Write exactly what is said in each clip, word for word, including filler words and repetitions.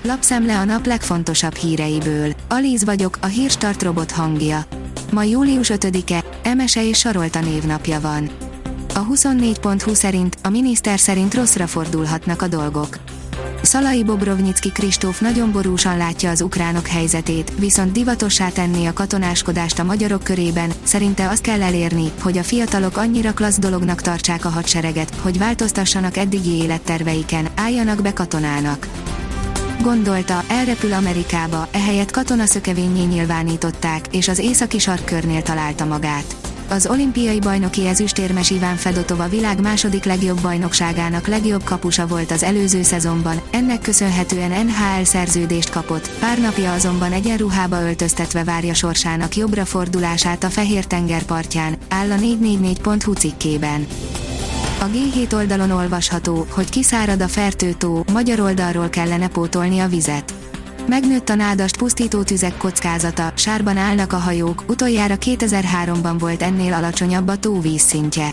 Lapszemle a nap legfontosabb híreiből. Alíz vagyok, a Hírstart robot hangja. Ma július ötödike, Emese és Sarolta névnapja van. A huszonnégy pont hu szerint, a miniszter szerint rosszra fordulhatnak a dolgok. Szalai Bobrovnyicki Kristóf nagyon borúsan látja az ukránok helyzetét, viszont divatossá tenné a katonáskodást a magyarok körében, szerinte azt kell elérni, hogy a fiatalok annyira klassz dolognak tartsák a hadsereget, hogy változtassanak eddigi életterveiken, álljanak be katonának. Gondolta, elrepül Amerikába, ehelyett katonaszökevényé nyilvánították, és az északi sarkkörnél találta magát. Az olimpiai bajnoki ezüstérmes Iván Fedotov a világ második legjobb bajnokságának legjobb kapusa volt az előző szezonban, ennek köszönhetően en há el szerződést kapott, pár napja azonban egyenruhába öltöztetve várja sorsának jobbra fordulását a Fehér-tenger partján, áll a négy négy négy pont hu cikkében. A gé hét oldalon olvasható, hogy kiszárad a Fertő-tó, magyar oldalról kellene pótolni a vizet. Megnőtt a nádast pusztító tüzek kockázata, sárban állnak a hajók, utoljára kétezer-háromban volt ennél alacsonyabb a tó vízszintje.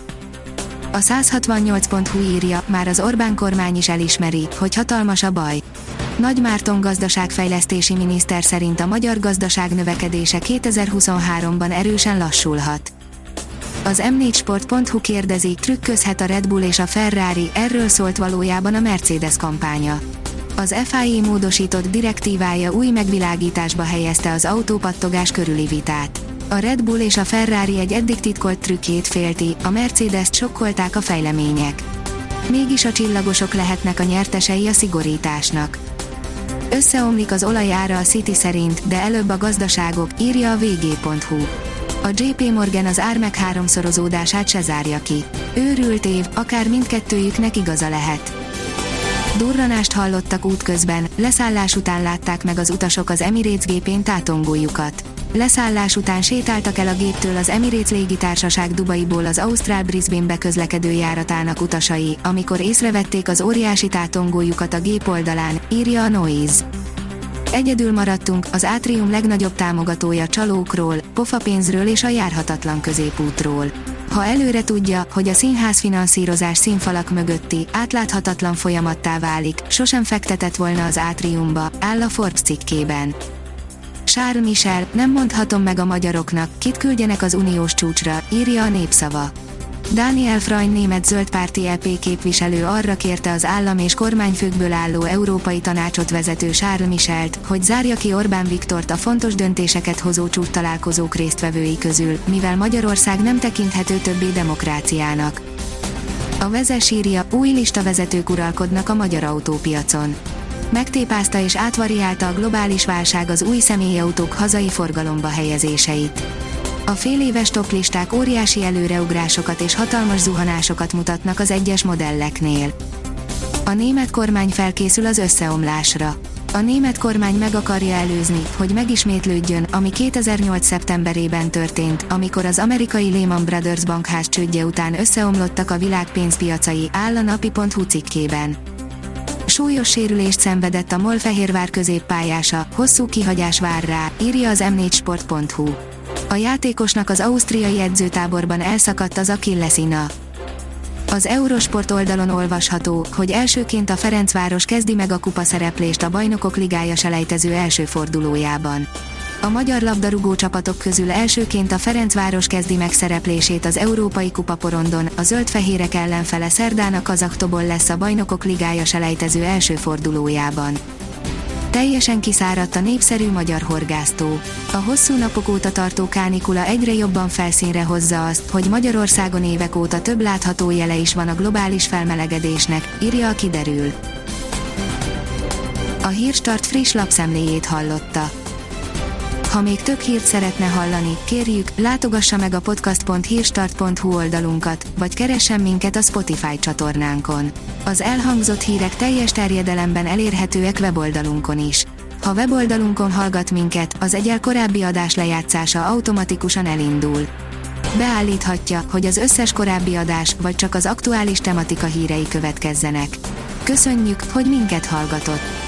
A száz hatvannyolc pont hu írja, már az Orbán kormány is elismeri, hogy hatalmas a baj. Nagy Márton gazdaságfejlesztési miniszter szerint a magyar gazdaság növekedése kétezer-huszonháromban erősen lassulhat. Az em négy sport pont hu kérdezi, trükközhet a Red Bull és a Ferrari, erről szólt valójában a Mercedes kampánya. Az ef i á módosított direktívája új megvilágításba helyezte az autópattogás körüli vitát. A Red Bull és a Ferrari egy eddig titkolt trükkjét félti, a Mercedes-t sokkolták a fejlemények. Mégis a csillagosok lehetnek a nyertesei a szigorításnak. Összeomlik az olaj ára a City szerint, de előbb a gazdaságok, írja a vé gé pont hu. A jé pé Morgan az ár meg háromszorozódását se zárja ki. Őrült év, akár mindkettőjüknek igaza lehet. Durranást hallottak útközben, leszállás után látták meg az utasok az Emirates gépén tátongójukat. Leszállás után sétáltak el a géptől az Emirates légitársaság Dubaiból az ausztrál Brisbane-be közlekedő járatának utasai, amikor észrevették az óriási tátongójukat a gép oldalán, írja a Noise. Egyedül maradtunk, az Átrium legnagyobb támogatója csalókról, pofapénzről és a járhatatlan középútról. Ha előre tudja, hogy a színházfinanszírozás színfalak mögötti, átláthatatlan folyamattá válik, sosem fektetett volna az Átriumba, áll a Forbes cikkében. Charles Michel, nem mondhatom meg a magyaroknak, kit küldjenek az uniós csúcsra, írja a Népszava. Daniel Freund német zöldpárti é pé képviselő arra kérte az állam és kormányfőkből álló Európai Tanácsot vezető Charles Michelt, hogy zárja ki Orbán Viktort a fontos döntéseket hozó csúcstalálkozók résztvevői közül, mivel Magyarország nem tekinthető többé demokráciának. A Vezes írja, új listavezetők uralkodnak a magyar autópiacon. Megtépázta és átvariálta a globális válság az új személyautók hazai forgalomba helyezéseit. A féléves toplisták óriási előreugrásokat és hatalmas zuhanásokat mutatnak az egyes modelleknél. A német kormány felkészül az összeomlásra. A német kormány meg akarja előzni, hogy megismétlődjön, ami kétezer-nyolc szeptemberében történt, amikor az amerikai Lehman Brothers bankház csődje után összeomlottak a világ pénzpiacai, áll a napi pont hu cikkében. Súlyos sérülést szenvedett a Molfehérvár középpályása, hosszú kihagyás vár rá, írja az em négy sport pont hu. A játékosnak az ausztriai edzőtáborban elszakadt az Achilleszina. Az Eurosport oldalon olvasható, hogy elsőként a Ferencváros kezdi meg a kupaszereplést a Bajnokok Ligája selejtező első fordulójában. A magyar labdarúgó csapatok közül elsőként a Ferencváros kezdi meg szereplését az Európai Kupaporondon, a zöld-fehérek ellenfele szerdán a Kazaktobol lesz a Bajnokok Ligája selejtező első fordulójában. Teljesen kiszáradt a népszerű magyar horgásztó. A hosszú napok óta tartó kánikula egyre jobban felszínre hozza azt, hogy Magyarországon évek óta több látható jele is van a globális felmelegedésnek, írja a Kiderül. A Hírstart friss lapszemléjét hallotta. Ha még több hírt szeretne hallani, kérjük, látogassa meg a podcast pont hírstart pont hu oldalunkat, vagy keressen minket a Spotify csatornánkon. Az elhangzott hírek teljes terjedelemben elérhetőek weboldalunkon is. Ha weboldalunkon hallgat minket, az egyel korábbi adás lejátszása automatikusan elindul. Beállíthatja, hogy az összes korábbi adás, vagy csak az aktuális tematika hírei következzenek. Köszönjük, hogy minket hallgatott!